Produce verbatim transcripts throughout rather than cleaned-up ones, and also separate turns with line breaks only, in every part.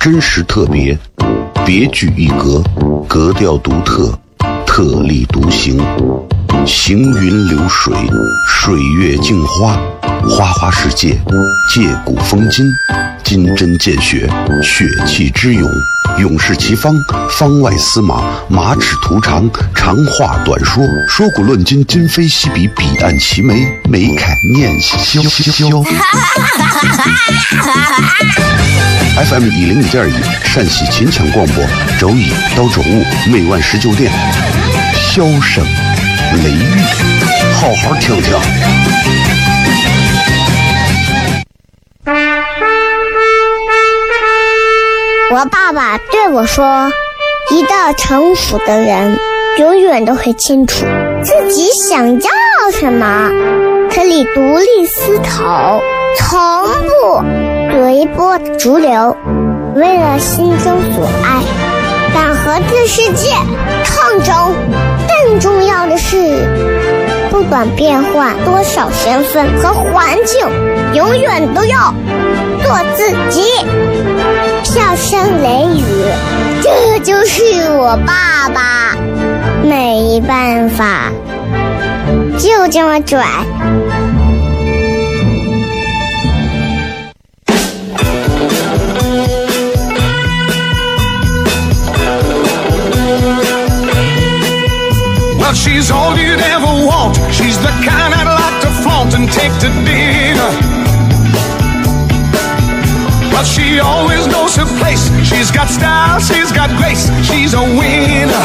真实特别，别具一格，格调独特，特立独行，行云流水，水月镜花，花花世界，借古风今，金针见血，血气之勇，勇士其方，方外司马，马齿图长，长话短说，说古论今，今非昔比，彼岸齐眉，眉凯念萧萧。F M 一零一点一陕西秦腔广播，周一到周五每晚十九点，萧声雷雨，好好听听。
我爸爸对我说，一个成熟的人永远都会清楚自己想要什么，可以独立思考，从不随波逐流，为了心中所爱，敢和这世界抗争。更重要的是，不管变换多少身份和环境，永远都要做自己。笑声雷雨，这就是我爸爸，没办法，就这么拽。
Well, she's all you'd ever want. She's the kind I'd like to flaunt and take to dinner. Well, she always knows her place. She's got style, she's got grace. She's a winner.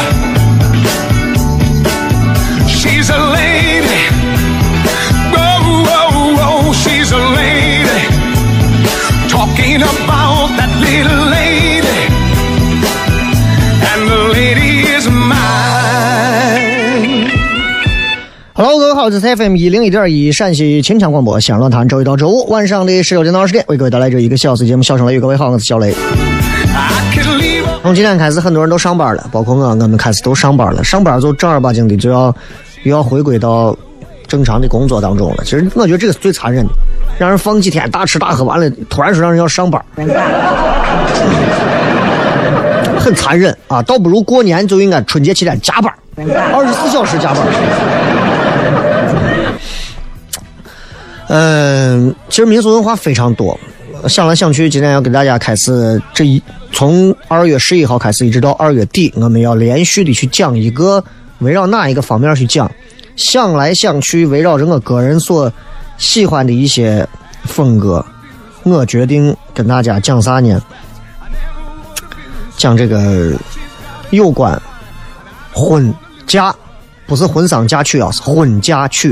She's a lady. Whoa, whoa, whoa, she's a lady. Talking about that little lady. And the lady is mine.Hello，
各位好，这是 F M 一零一点一陕西秦腔广播西安论坛，周一到周五晚上的十六点到二十点，为各位带来这一个小时节目。笑声雷雨，各位好，我是小雷。从今天开始，很多人都上班了，包括我，我们开始都上班了。上班就正儿八经的就要又要回归到正常的工作当中了。其实我觉得这个是最残忍的，让人放几天大吃大喝完了，突然说让人要上班，很残忍啊！倒不如过年就应该春节期间加班，二十四小时加班。嗯，其实民俗文化非常多，想来想去，今天要给大家开始这一从二月十一号开始一直到二月底，我们要连续的去讲一个围绕哪一个方面去讲。想来想去，围绕着我个人所喜欢的一些风格，我决定跟大家讲啥呢？讲这个有关婚嫁，不是婚丧嫁娶啊，是婚嫁娶。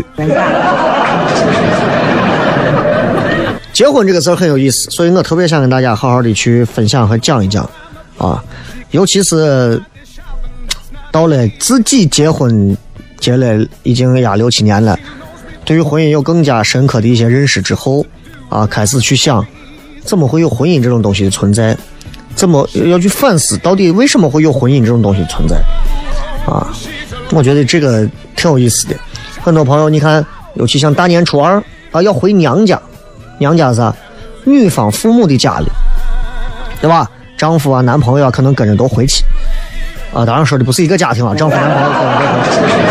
结婚这个词很有意思，所以我特别想跟大家好好的去分享和讲一讲啊，尤其是到了自己结婚结了已经呀六七年了，对于婚姻有更加深刻的一些认识之后啊，开始去想怎么会有婚姻这种东西的存在，怎么要去反思到底为什么会有婚姻这种东西存在啊，我觉得这个挺有意思的。很多朋友你看，尤其像大年初二啊要回娘家，娘家是啥？女方父母的家里，对吧？丈夫啊男朋友啊可能跟着都回去啊，当然说的不是一个家庭啊，丈夫男朋友跟着都回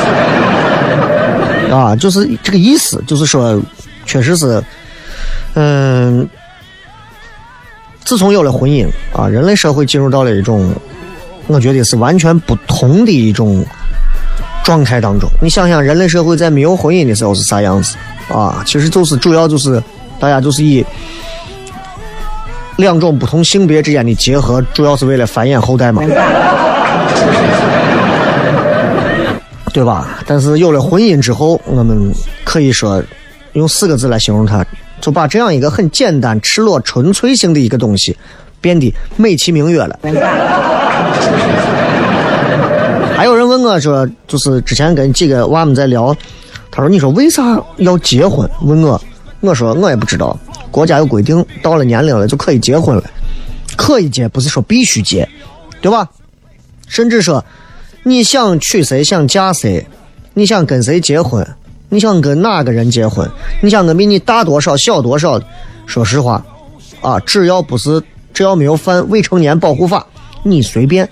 去啊，就是这个意思，就是说确实是嗯，自从有了婚姻啊，人类社会进入到了一种我觉得是完全不同的一种状态当中。你想想人类社会在没有婚姻的时候是啥样子啊？其实就是主要就是大家就是以两种不同性别之间的结合，主要是为了繁衍后代嘛，对吧？但是有了婚姻之后，我们可以说用四个字来形容它，就把这样一个很简单赤裸纯粹性的一个东西变得美其名曰了。还有人问我说，就是之前跟几个娃们在聊，他说你说为啥要结婚？问我，我说我也不知道，国家有规定，到了年龄了就可以结婚了，可以结，不是说必须结，对吧？甚至说你想娶谁，想嫁谁，你想跟谁结婚，你想跟哪个人结婚，你想跟比你大多少小多少，说实话啊，只要不是只要没有犯未成年保护法，你随便。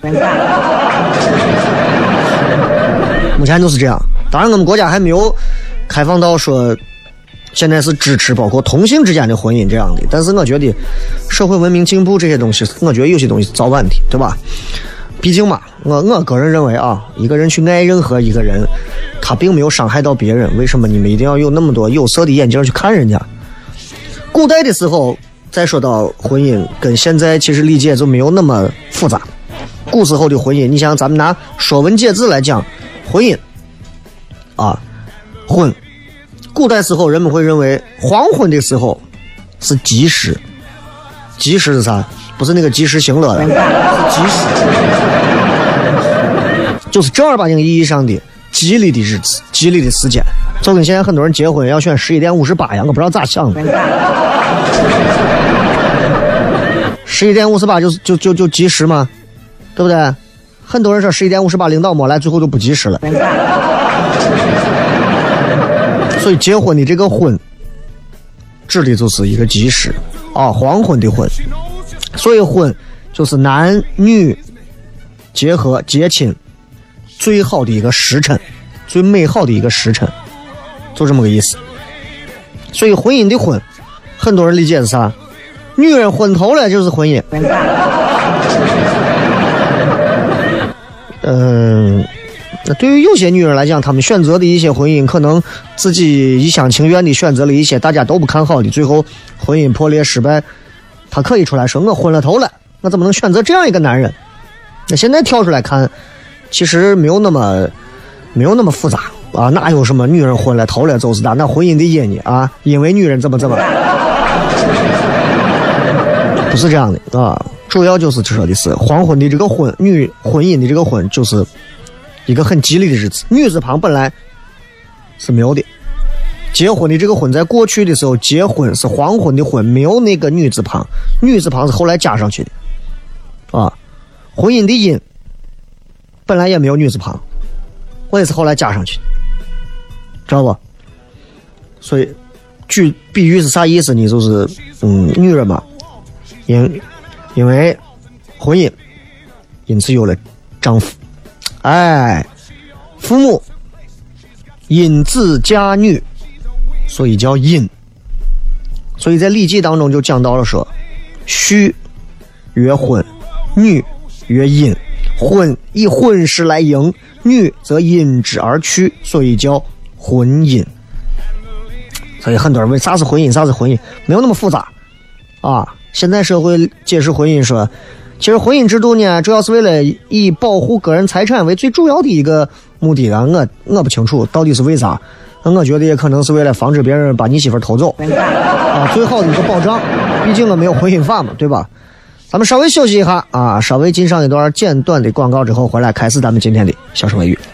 目前就是这样。当然我们国家还没有开放到说现在是支持包括同性之间的婚姻这样的，但是我觉得社会文明进步这些东西，我觉得有些东西早晚的，对吧？毕竟嘛，我我个人认为啊，一个人去爱任何一个人，他并没有伤害到别人，为什么你们一定要有那么多有色的眼镜去看人家？古代的时候，再说到婚姻，跟现在其实理解就没有那么复杂。古时候的婚姻，你像咱们拿《说文解字》来讲，婚姻啊，婚。古代时候人们会认为黄昏的时候是吉时，吉时是啥？不是那个及时行乐的，是吉时，就是正儿八经意义上的吉利的日子，吉利的时间。就跟现在很多人结婚要选十一点五十八一样，我不知道咋想的。十一点五十八就就就就吉时吗？对不对？很多人说十一点五十八领导没来，最后就不及时了。所以结婚的这个婚指的就是一个吉时啊，黄昏的婚。所以婚就是男女结合结亲最好的一个时辰，最美好的一个时辰，就这么个意思。所以婚姻的婚，很多人理解是啥？女人昏头了就是婚姻。嗯，那对于有些女人来讲，她们选择的一些婚姻，可能自己一厢情愿的选择了一些大家都不看好的，最后婚姻破裂失败，她可以出来说我昏了头了，我怎么能选择这样一个男人？那现在跳出来看，其实没有那么没有那么复杂啊，哪有什么女人昏了头了就是的，那婚姻的因呢啊，因为女人怎么怎么，不是这样的啊。主要就是说的是黄昏的这个婚，女婚姻的这个婚，就是一个很吉利的日子。女字旁本来是没有的，结婚的这个婚在过去的时候，结婚是黄昏的婚，没有那个女字旁，女字旁是后来加上去的啊。婚姻的姻本来也没有女字旁，我也是后来加上去的，知道不？所以举比喻是啥意思呢？就是嗯，女人嘛，因因为婚姻，因此有了丈夫，哎，父母因子嫁女，所以叫姻。所以在《礼记》当中就讲到了说，婿曰婚，女曰姻，婚以婚事来迎，女则因之而去，所以叫婚姻。所以很多人问啥是婚姻，啥是婚姻，没有那么复杂啊。现在社会解释婚姻说，其实婚姻制度呢，主要是为了以保护个人财产为最主要的一个目的啊。我我不清楚到底是为啥，我觉得也可能是为了防止别人把你媳妇偷走啊，最好的一个保障。毕竟我没有婚姻法嘛，对吧？咱们稍微休息一下啊，稍微进上一段简短的广告之后，回来开始咱们今天的小声微语。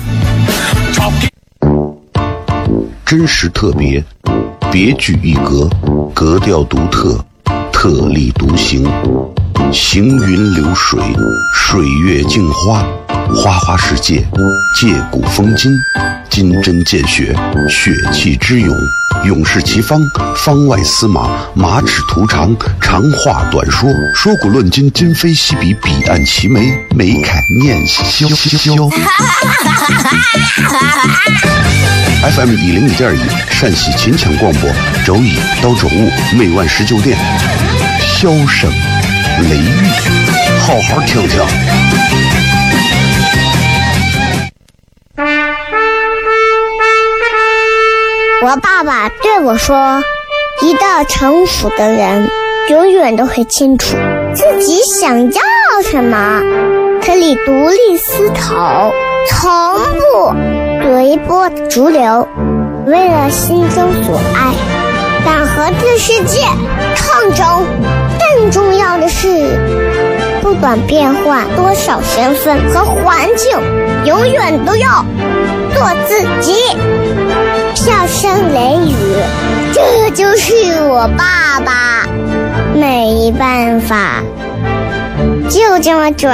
真实特别，别具一格，格调独特，特立独行，行云流水，水月镜花，花花世界，借古风今，金针见血，血气之勇，勇士其方，方外司马，马齿图长，长话短说，说古论今，今非昔比，彼岸齐眉，眉开眼笑。F M 一零一点一，陕西秦腔广播，周一到周五每晚十九点，箫声雷雨，好好听听。
我爸爸对我说，一个成熟的人永远都会清楚自己想要什么，可以独立思考，从不随波逐流，为了心中所爱，敢和这世界抗争。更重要的是，不管变换多少身份和环境，永远都要做自己。笑声雷雨，这就是我爸爸，没办法，就这么拽。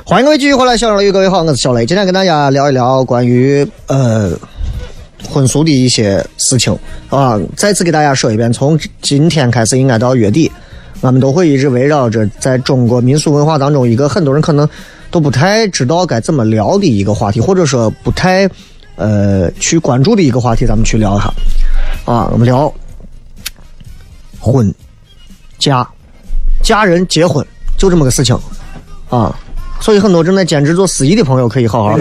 欢迎各位继续回来，小雷，各位好，我是小雷。今天跟大家聊一聊关于呃婚俗的一些事情啊。再次给大家说一遍，从今天开始应该到月底，我们都会一直围绕着在中国民俗文化当中一个很多人可能都不太知道该怎么聊的一个话题，或者说不太呃去关注的一个话题，咱们去聊一下啊。我们聊婚嫁家人结婚就这么个事情啊。所以很多正在兼职做司仪的朋友可以好好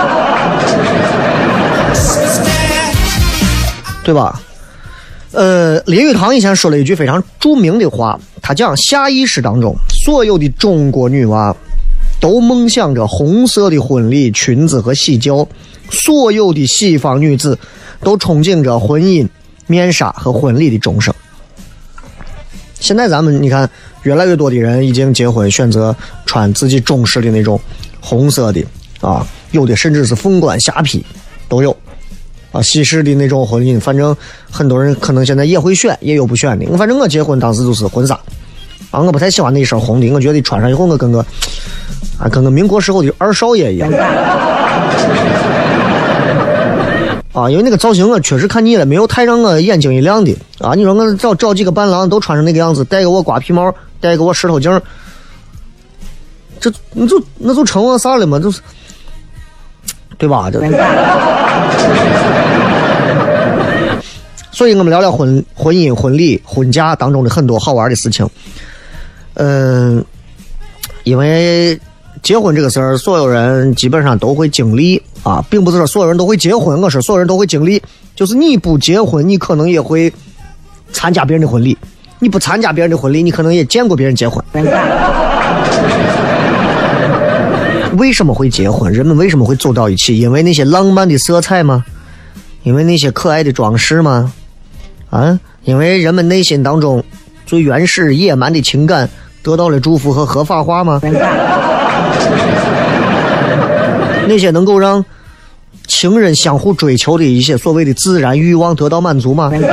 对吧？呃，林语堂以前说了一句非常著名的话，他讲下意识当中所有的中国女娃都梦想着红色的婚礼、裙子和喜轿，所有的西方女子都憧憬着婚姻、面纱和婚礼的钟声。现在咱们你看越来越多的人已经结婚选择穿自己中式的那种红色的啊，有的甚至是凤冠霞帔都有啊，西式的那种婚姻，反正很多人可能现在也会选，也有不选的。反正我结婚当时就是婚纱啊，我不太喜欢那一身红的，我觉得穿上以后我跟个啊跟个民国时候的二少爷一样啊，因为那个造型啊确实看腻了，没有太让我眼睛一亮的啊。你说我找找几个伴郎都穿成那个样子，戴个我瓜皮帽，戴个我石头镜，这你就那就成我啥了嘛，就是对吧？这所以我们聊聊婚婚姻、婚礼、婚嫁当中的很多好玩的事情。嗯、呃，因为结婚这个事儿，所有人基本上都会经历啊，并不是说所有人都会结婚，我说所有人都会经历，就是你不结婚，你可能也会参加别人的婚礼；你不参加别人的婚礼，你可能也见过别人结婚。为什么会结婚？人们为什么会走到一起？因为那些浪漫的色彩吗？因为那些可爱的装饰吗？啊，因为人们内心当中最原始野蛮的情感得到了祝福和合法化吗？那些能够让情人相互追求的一些所谓的自然欲望得到满足吗？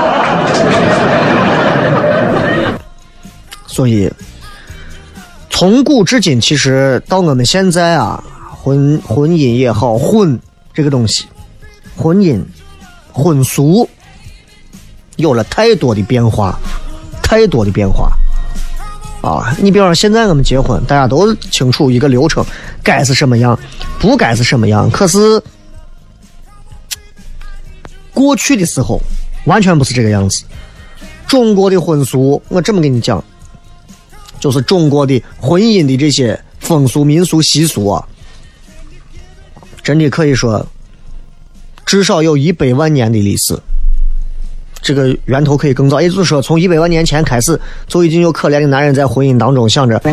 所以从古至今，其实到我们现在啊，婚婚姻也好，婚这个东西，婚姻婚俗有了太多的变化，太多的变化啊！你比方说现在我们结婚，大家都清楚一个流程，该是什么样，不该是什么样。可是过去的时候完全不是这个样子。中国的婚俗，我这么跟你讲，就是中国的婚姻的这些风俗民俗习俗啊，真的可以说至少有一百万年的历史。这个源头可以更早，也就是说从一百万年前开始就已经有可怜的男人在婚姻当中想着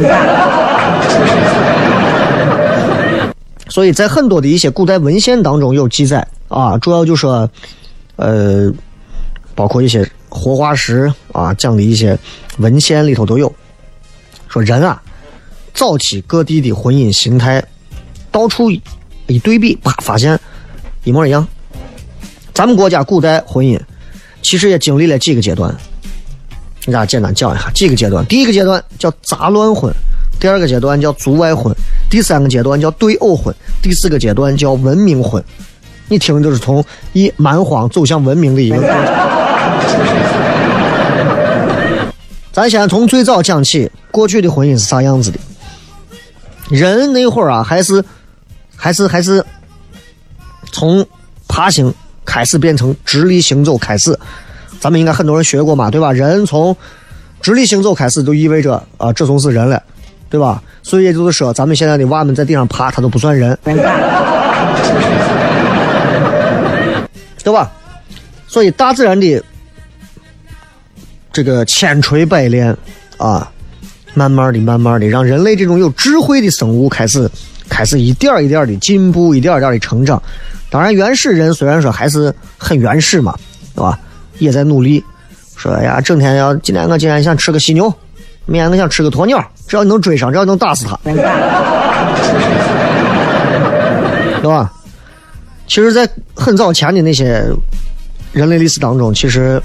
所以在很多的一些古代文献当中有记载啊，主要就说呃包括一些活化石啊讲的一些文献里头都有说，人啊早期各地的婚姻形态到处一对比，啪发现一模一样。咱们国家古代婚姻其实也经历了几个阶段，给大家简单讲一下几个阶段。第一个阶段叫杂乱婚，第二个阶段叫族外婚，第三个阶段叫对偶婚，第四个阶段叫文明婚。你听就是从一蛮荒走向文明的一个过程。咱先从最早讲起，过去的婚姻是啥样子的？人那会儿啊，还是还是还是从爬行开始变成直立行走开始，咱们应该很多人学过嘛，对吧？人从直立行走开始就意味着啊、呃，这总是人了，对吧？所以也就是说，咱们现在的娃们在地上爬，他都不算人，对吧？所以大自然的这个千锤百炼啊，慢慢的、慢慢的，让人类这种有智慧的生物开始开始一点一点的进步，一点一点的成长。当然原始人虽然说还是很原始嘛，对吧？也在努力，说哎呀，整天要今天我今天想吃个犀牛，明天我想吃个鸵鸟，只要能追上，只要能打死他，对吧？其实在很早前的那些人类历史当中，其实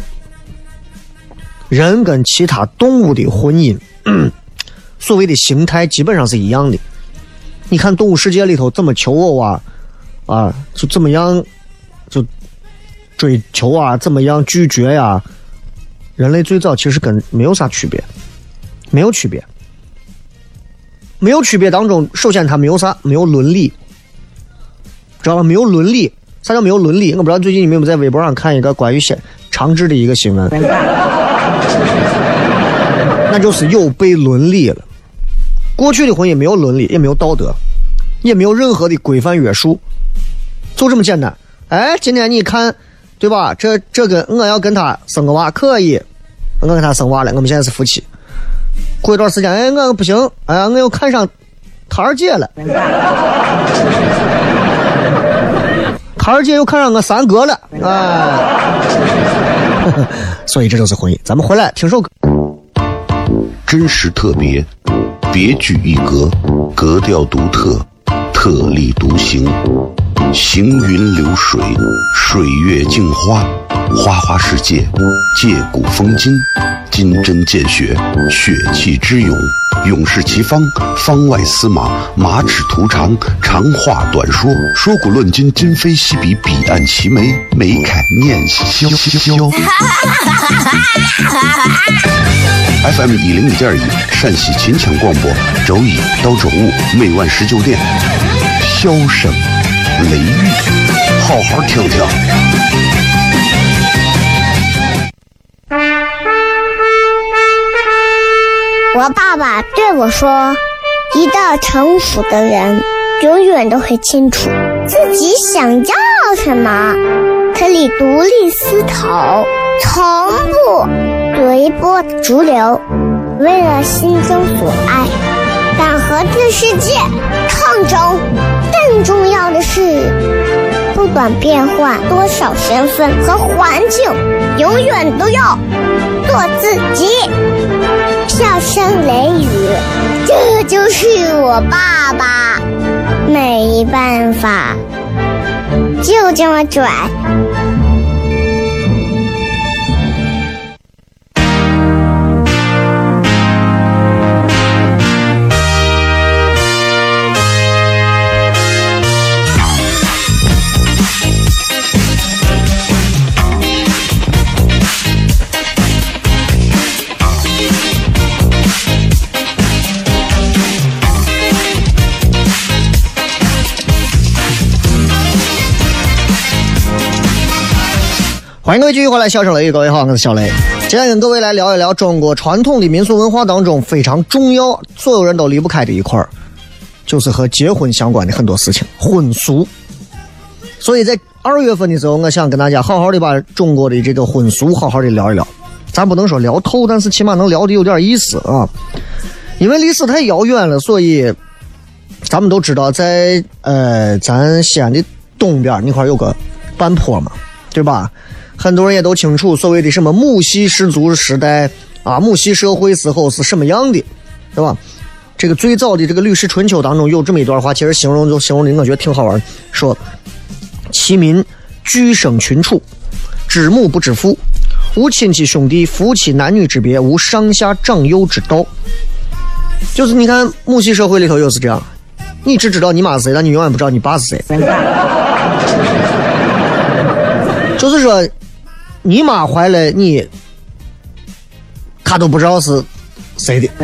人跟其他动物的婚姻所谓的形态基本上是一样的你看动物世界里头这么求偶啊，啊，就这么样，就追求啊，这么样拒绝呀、啊，人类最早其实跟没有啥区别，没有区别，没有区别当中，首先它没有啥，没有伦理，知道吧？没有伦理，啥叫没有伦理？我不知道最近你们有没有在微博上看一个关于长治的一个新闻，那就是有悖伦理了。过去的婚姻没有伦理，也没有道德，也没有任何的规范约束，就这么简单。哎，今天你看，对吧？这这个我要跟他生个娃可以，我跟他生娃了，我们现在是夫妻。过一段时间，哎，我不行，哎呀，我又看上他二姐了，他二姐又看上我三哥了，哎，所以这就是婚姻。咱们回来听首歌。
真实特别，别具一格，格调独特，特立独行，行云流水，水月镜花，花花世界，借古风今，金针见血，血气之勇，勇士其方，方外司马，马齿图长，长话短说，说古论今，今非昔比，彼岸齐眉，眉开念萧萧。F M 一零一点一陕西秦腔广播，周一到周五每晚十九点，笑声雷雨，好好听听。
我爸爸对我说，一个成熟的人永远都会清楚自己想要什么，可以独立思考，从不随波逐流，为了心中所爱，敢和这世界抗争。更重要的是，不管变换多少身份和环境，永远都要做自己。笑声雷雨，这就是我爸爸，没办法，就这么拽。
欢迎各位继续回来，笑声雷雨，各位好，我是小雷。今天跟各位来聊一聊中国传统的民俗文化当中非常重要，所有人都离不开的一块，就是和结婚相关的很多事情，婚俗。所以在二月份的时候，我想跟大家好好的把中国的这个婚俗好好的聊一聊。咱不能说聊透，但是起码能聊的有点意思啊。因为历史太遥远了，所以咱们都知道在，在呃咱西安的东边那块有个半坡嘛，对吧？很多人也都清楚所谓的什么母系氏族时代啊，母系社会时候是什么样的，对吧？这个最早的这个《吕氏春秋》当中有这么一段话，其实形容就形容的我觉得挺好玩，说其民居生群处，知母不知父，无亲戚兄弟，夫妻男女之别，无上下长幼之道。就是你看母系社会里头又是这样，你只知道你妈是谁，但你永远不知道你爸是谁。就是说你妈怀了你，他都不知道是谁的。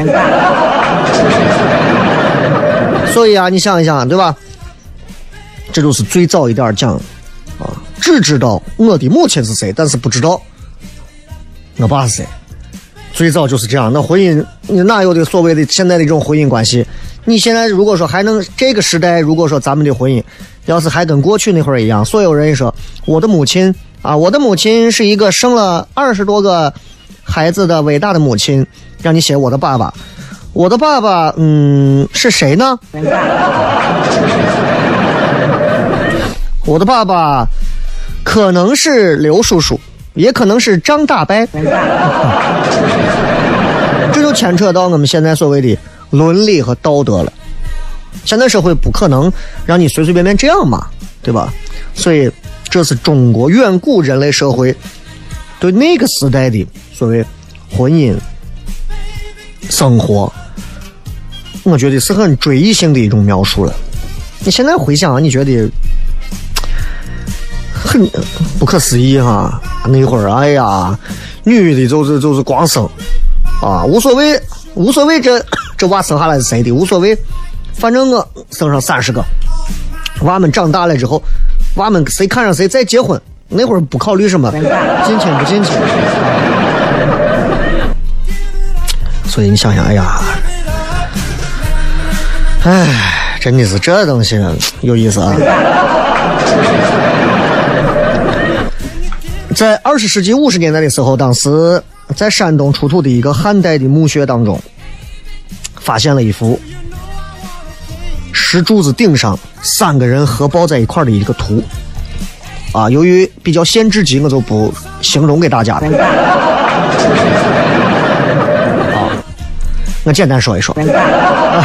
所以啊，你想一想，对吧？这就是最早一点讲啊，只知道我的母亲是谁，但是不知道我爸是谁。最早就是这样。那婚姻，你哪有的所谓的现在的这种婚姻关系？你现在如果说还能这个时代，如果说咱们的婚姻要是还跟过去那会儿一样，所有人说我的母亲啊，我的母亲是一个生了二十多个孩子的伟大的母亲，让你写我的爸爸，我的爸爸，嗯，是谁呢？我的爸爸可能是刘叔叔，也可能是张大伯。这就牵扯到我们现在所谓的伦理和道德了。现在社会不可能让你随随便便这样嘛，对吧？所以这是中国远古人类社会对那个时代的所谓婚姻生活我觉得是很追忆性的一种描述了。你现在回想，你觉得很不可思议哈。那会儿，哎呀，女的就是就是光生啊，无所谓，无所谓这这娃生下来是谁的，无所谓，反正我生上三十个，娃们长大了之后，娃们谁看上谁再结婚。那会儿不考虑什么金钱不金钱，所以你想想，哎呀，哎，真的是这东西有意思啊！在二十世纪五十年代的时候，当时在山东出土的一个汉代的墓穴当中，发现了一幅石柱子顶上三个人合抱在一块的一个图。啊，由于比较限制级，我就不形容给大家了。啊，我简单说一说。啊、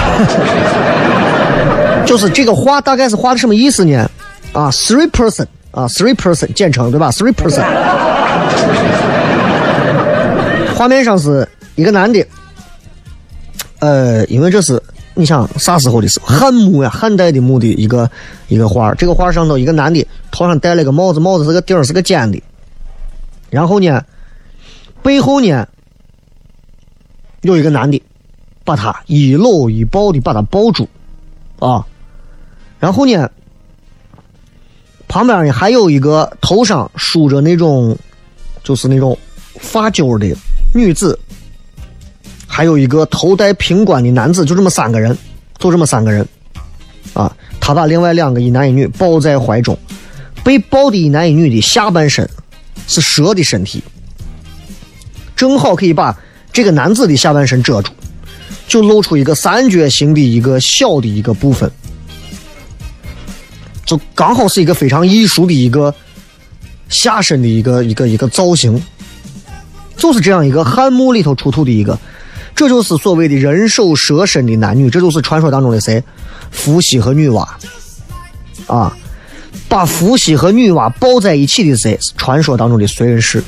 就是这个画大概是画的什么意思呢？啊 ，three person 啊 ，three person 简称对吧 ？three person。画面上是一个男的，呃，因为这是你想啥时候的时候，汉墓呀，汉代的墓的一个一个画，这个画上头一个男的。头上戴了个帽子，帽子是个顶是个尖的，然后呢背后呢有一个男的把他一搂一抱的把他抱住啊，然后呢旁边呢还有一个头上梳着那种就是那种发揪的女子，还有一个头戴平冠的男子，就这么三个人，就这么三个人啊，他把另外两个一男一女抱在怀中，被抱的一男一女的下半身是蛇的身体，正好可以把这个男子的下半身遮住，就露出一个三角形的一个小的一个部分，就刚好是一个非常艺术的一个下身的一个一个一个造型，就是这样一个汉墓里头出土的一个，这就是所谓的人首蛇身的男女，这就是传说当中的谁？伏羲和女娲啊。把伏羲和女娲抱在一起的谁？传说当中的燧人氏。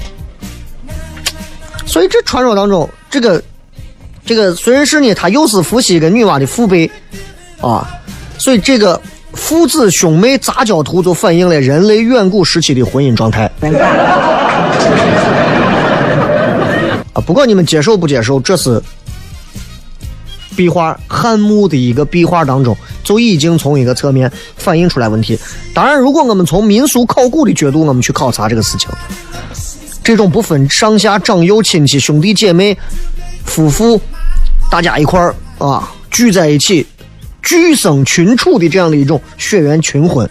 所以这传说当中，这个这个燧人氏呢，他又是伏羲跟女娲的父辈啊，所以这个父子兄妹杂交图就反映了人类远古时期的婚姻状态。啊，不管你们接受不接受，这是壁画汉墓的一个壁画当中就已经从一个侧面反映出来问题。当然如果我们从民俗考古的角度我们去考察这个事情，这种不分上下长幼亲戚兄弟姐妹夫妇大家一块儿啊聚在一起聚生群处的这样的一种血缘群婚，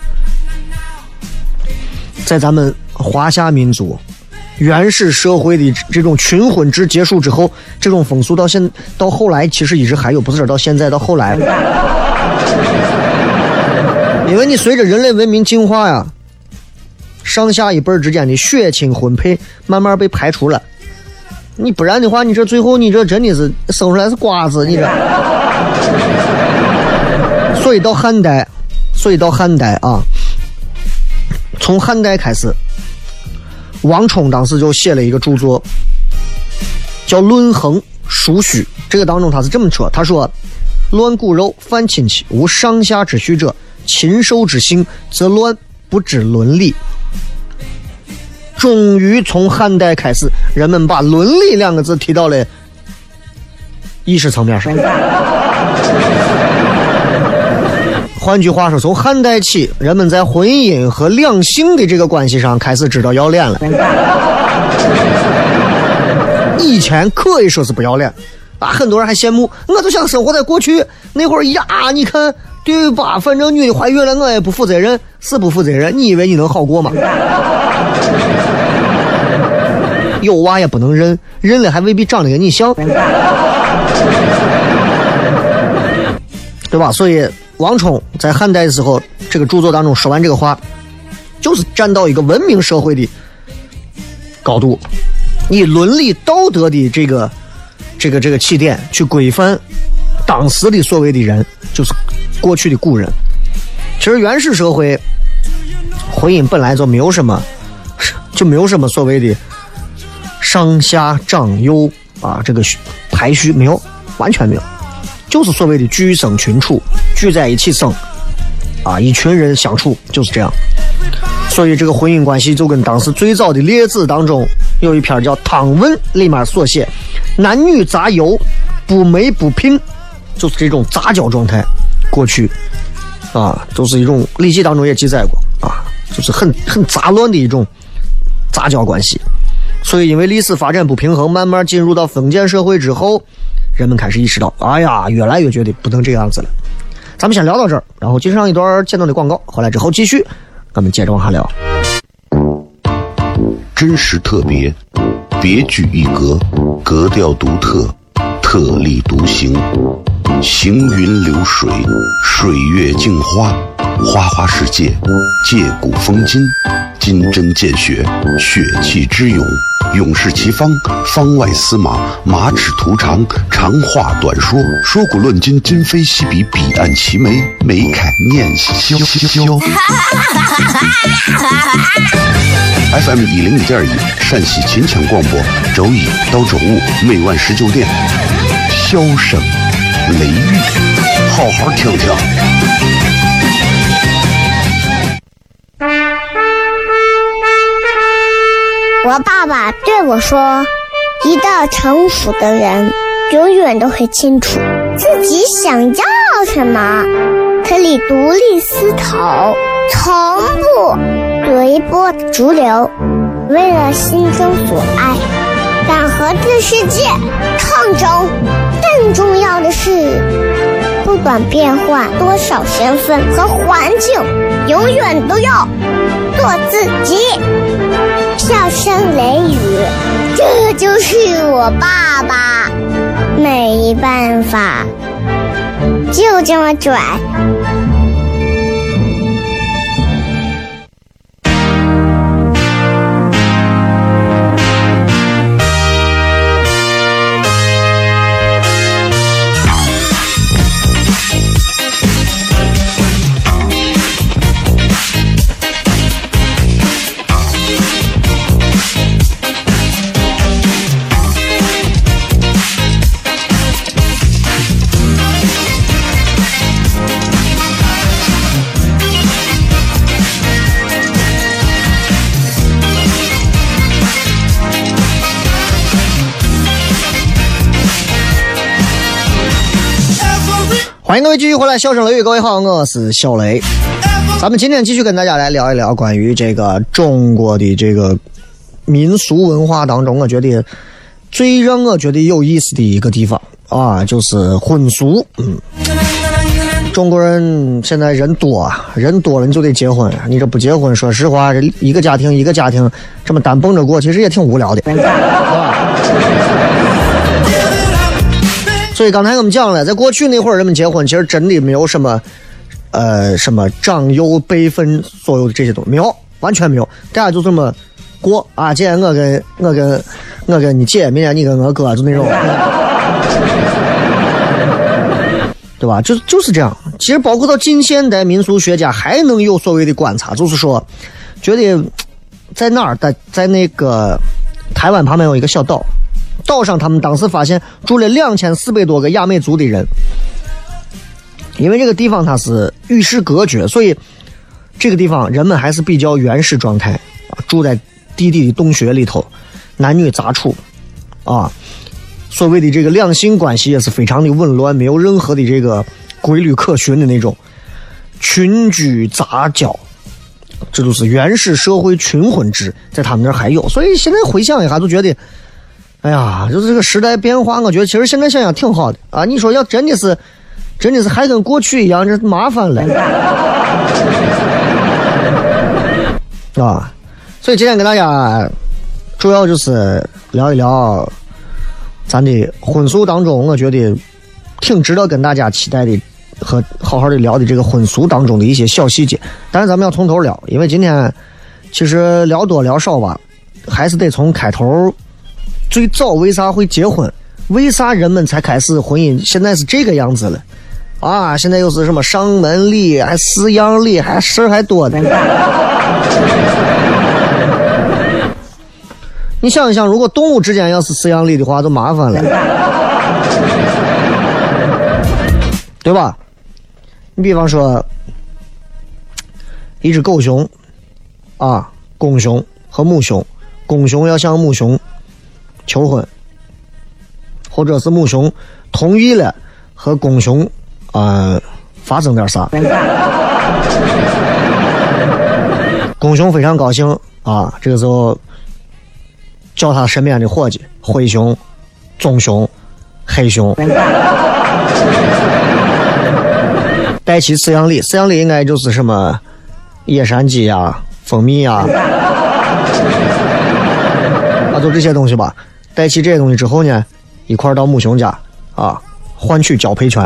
在咱们华夏民族原始社会的这种群婚制结束之后，这种风俗到现到后来其实一直还有，不是到现在到后来，因为你随着人类文明进化呀，上下一辈之间的血亲婚配慢慢被排除了，你不然的话，你这最后你这真的是生出来是瓜子，你这。所以到汉代，所以到汉代啊，从汉代开始。王充当时就写了一个著作叫《论衡属虚》，这个当中他是这么说，他说乱骨肉犯亲戚，无上下之序者，禽兽之性则乱，不知伦理。终于从汉代开始，人们把伦理两个字提到了意识层面上。换句话说，从汉代起，人们在婚姻和两性的这个关系上开始知道要脸了。以前可以说是不要脸啊，很多人还羡慕，我就想生活在过去那会儿呀，你看对吧？反正女的怀孕了，我也不负责任，是不负责任。你以为你能好过吗？有娃也不能认，认了还未必长得跟你像，对吧？所以王充在汉代的时候这个著作当中说完这个话，就是站到一个文明社会的高度，以伦理道德的这个这个这个起点去规范当时的所谓的人，就是过去的古人。其实原始社会婚姻本来就没有什么就没有什么所谓的上下长幼啊，这个排序没有，完全没有就是所谓的聚生群处，聚在一起生啊，一群人相处就是这样。所以这个婚姻关系就跟当时最早的列子当中有一篇叫《汤文》里面所写，男女杂游，不媒不聘，就是这种杂交状态。过去啊，就是一种《礼记》当中也记载过啊，就是很很杂乱的一种杂交关系。所以因为历史发展不平衡，慢慢进入到封建社会之后，人们开始意识到，哎呀，越来越觉得不能这样子了。咱们先聊到这儿，然后接上一段简短的广告，回来之后继续咱们接着往下聊。
真实特别，别具一格，格调独特，特立独行，行云流水，水月镜花，花花世界，借古风今，金针见血，血气之勇，勇士其方，方外司马，马齿图长，长话短说，说古论今，今非昔比，彼岸齐眉，眉开念萧萧。F M 一零一点一，陕西秦腔广播，周一到周五每晚十九点，箫声雷雨，好好听听。
我爸爸对我说，一个成熟的人永远都会清楚自己想要什么，可以独立思考，从不随波逐流，为了心中所爱，敢和这世界抗争。更重要的是，不管变换多少身份和环境，永远都要做自己。笑声雷雨，这就是我爸爸。没办法，就这么拽。
欢迎各位继续回来，笑声雷雨，各位好，我是小雷。咱们今天继续跟大家来聊一聊关于这个中国的这个民俗文化当中，我觉得最让我觉得有意思的一个地方啊，就是婚俗。嗯，中国人现在人多啊，人多了你就得结婚，你这不结婚，说实话，这一个家庭一个家庭这么单蹦着过，其实也挺无聊的。啊所以刚才我们讲了，在过去那会儿人们结婚其实真的没有什么呃什么长幼辈分所有的这些东西，没有，完全没有，大家就这么过啊，今天我跟我跟我跟你姐，明天你跟我哥，就那种对吧，就就是这样。其实包括到近现代民俗学家还能有所谓的观察，就是说觉得在那儿在在那个台湾旁边有一个小岛，岛上他们当时发现住了两千四百多个亚美族的人，因为这个地方它是与世隔绝，所以这个地方人们还是比较原始状态啊，住在地底的洞穴里头，男女杂处啊，所谓的这个两性关系也是非常的紊乱，没有任何的这个规律可循的那种，群居杂交，这就是原始社会群婚制，在他们那儿还有。所以现在回想一下，就觉得哎呀，就是这个时代变化，我觉得其实现在想想挺好的啊。你说要真的是，真的是还跟过去一样，这麻烦了啊。所以今天跟大家主要就是聊一聊咱的婚俗当中，我觉得挺值得跟大家期待的和好好的聊的这个婚俗当中的一些小细节。但是咱们要从头聊，因为今天其实聊多聊少吧，还是得从开头。最早为啥会结婚？为啥人们才开始婚姻？现在是这个样子了啊！现在又是什么上门礼，还饲养礼，还事儿还多的。你想一想，如果动物之间要是饲养礼的话，就麻烦了。 对吧？你比方说一只狗熊啊，公熊和母熊，公熊要向母熊求婚，或者是母熊同意了和公熊啊、呃、发生点啥，公熊非常高兴啊，这个时候叫他身边的伙计灰熊、棕熊、黑熊带起饲养礼，饲养礼应该就是什么野山鸡呀、蜂蜜呀啊，就这些东西吧。带起这些东西之后呢，一块到母熊家啊，换取交配权。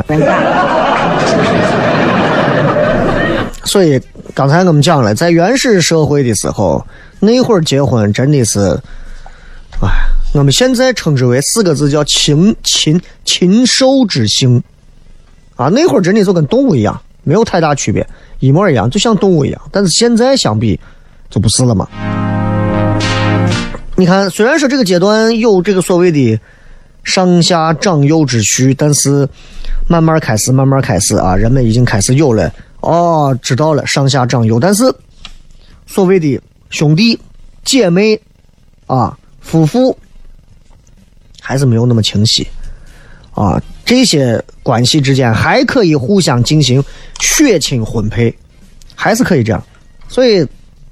所以刚才我们讲了，在原始社会的时候，那会儿结婚真的是，哎，我们现在称之为四个字叫禽禽禽兽之性啊，那会儿真的就跟动物一样，没有太大区别，一模一样，就像动物一样。但是现在相比就不是了嘛。你看，虽然说这个阶段有这个所谓的上下长幼之序，但是慢慢开始慢慢开始啊，人们已经开始有了哦，知道了上下长幼，但是所谓的兄弟姐妹啊夫妇还是没有那么清晰啊，这些关系之间还可以互相进行血亲婚配，还是可以这样。所以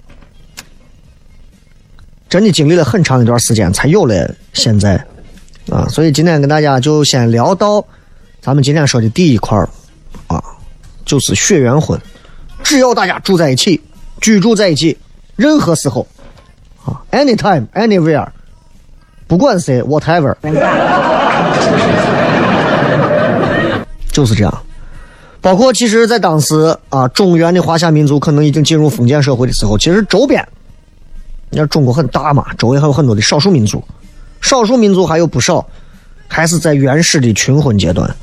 真的经历了很长一段时间才有了现在啊，所以今天跟大家就先聊到咱们今天说的第一块啊，就是血缘婚。只要大家住在一起，居住在一起，任何时候啊 anytime anywhere， 不管谁 whatever 就是这样。包括其实在当时啊，中原的华夏民族可能已经进入封建社会的时候，其实周边你看中国很大嘛，周围还有很多的少数民族，少数民族还有不少还是在原始的群婚阶段。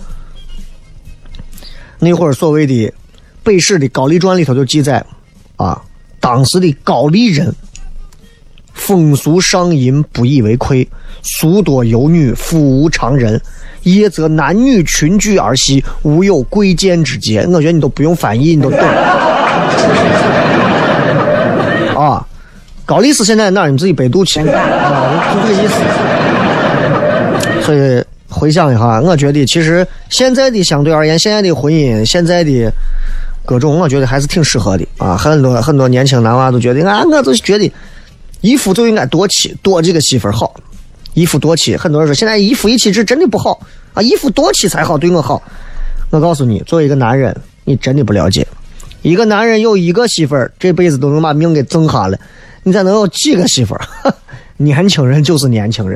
那会儿所谓的北史的高丽传里头就记载啊，当时的高丽人风俗尚淫，不以为愧，俗多游女，妇无常人，夜则男女群居而戏，无有贵贱之节。我觉得你都不用翻译，你都懂啊。高丽是现在哪儿？你自己百度去啊，就这个意思。所以回想一下，我觉得其实现在的相对而言，现在的婚姻，现在的各种，我觉得还是挺适合的啊。很多很多年轻男娃都觉得啊，我就觉得一夫就应该多妻，多几个媳妇儿好。一夫多妻，很多人说现在一夫一妻制真的不好啊，一夫多妻才好，对我好。我告诉你，作为一个男人，你真的不了解，一个男人有一个媳妇儿，这辈子都能把命给挣下来。你再能有几个媳妇儿？年轻人就是年轻人。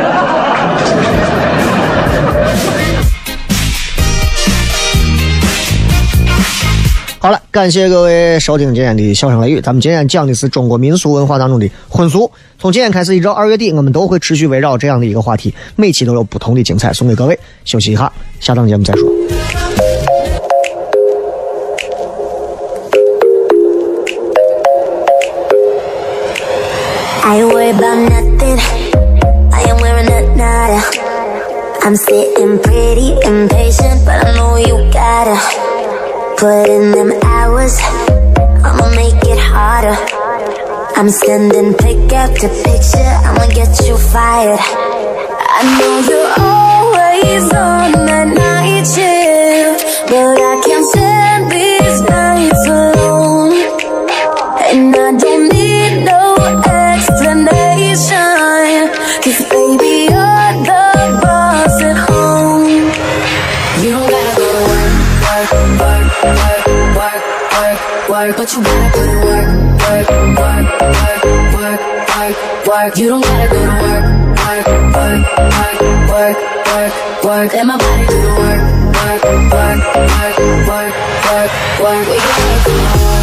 好了，感谢各位收听今天的笑声雷雨。咱们今天讲的是中国民俗文化当中的婚俗。从今天开始一直到二月底，我们都会持续围绕这样的一个话题，每期都有不同的精彩送给各位。休息一下，下档节目再说。
I worry about nothing, I am wearing a nada. I'm sitting pretty impatient, but I know you gotta put in them hours, I'ma make it harder. I'm sending pick after picture, I'ma get you fired. I know you're always on that night shift, but I can't stand these nights alone. And I don't need no explanation, 'cause baby you're the boss at home. You don't gotta go to work, work, work, work, work, work, work, but you gotta go to work, work, work, work, work, work, work. You don't gotta go to work, work, work, work, work, work, work. Let my body do the work, work, work, work, work, work, work. We can work tomorrow.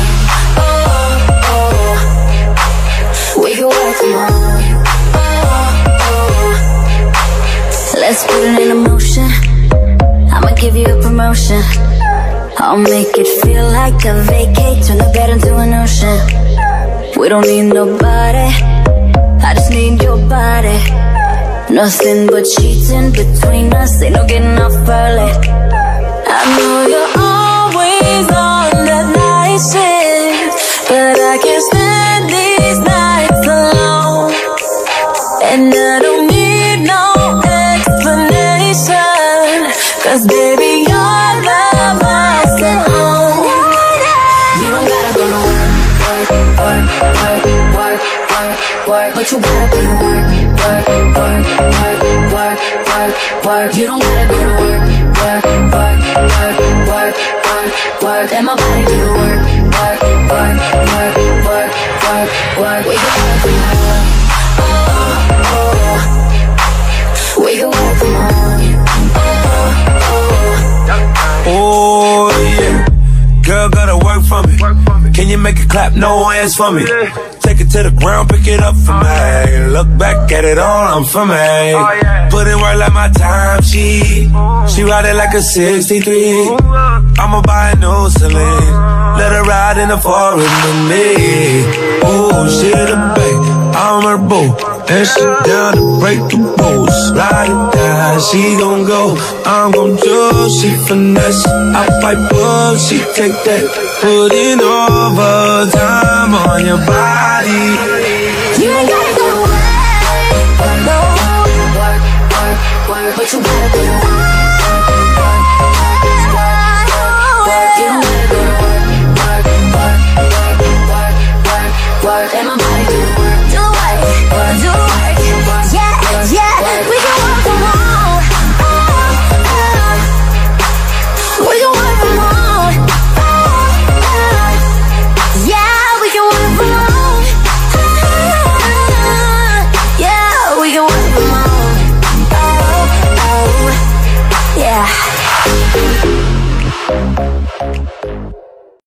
We can work tomorrow. Oh, oh. Let's put it in motion. I'ma give you a promotion. I'll make it feel like a vacate. Turn the bed into an ocean. We don't need nobody, I just need your body. Nothing but cheating between us, ain't no getting off early. I know you're always on that night shift, but I can't stand these nights alone. And I don't need no explanation, 'cause baby you're the boss at home. You don't gotta go to work, work, work, work, work, work, but you gotta go to work, work, work, work, work, work, work. You don't gotta go to work, work, work, work, work, work, work. Let my body do the work, work, work, work, work, work, work. We can work from home, oh, oh. We can work from home, oh, oh.
Oh yeah, girl gotta work for me. Can you make it clap? No hands for me. Take it to the ground, pick it up for me. Look back at it all, I'm for me. Put in work like my time, she She ride it like a sixty-three. I'ma buy a new Celine. Let her ride in the forest with me. Oh, she the babe, I'm her boo. And she down to break the rules. Ride it down, she gon' go, I'm gon' do. She finesse, I fight bull, she take that. Putting overtime on your body.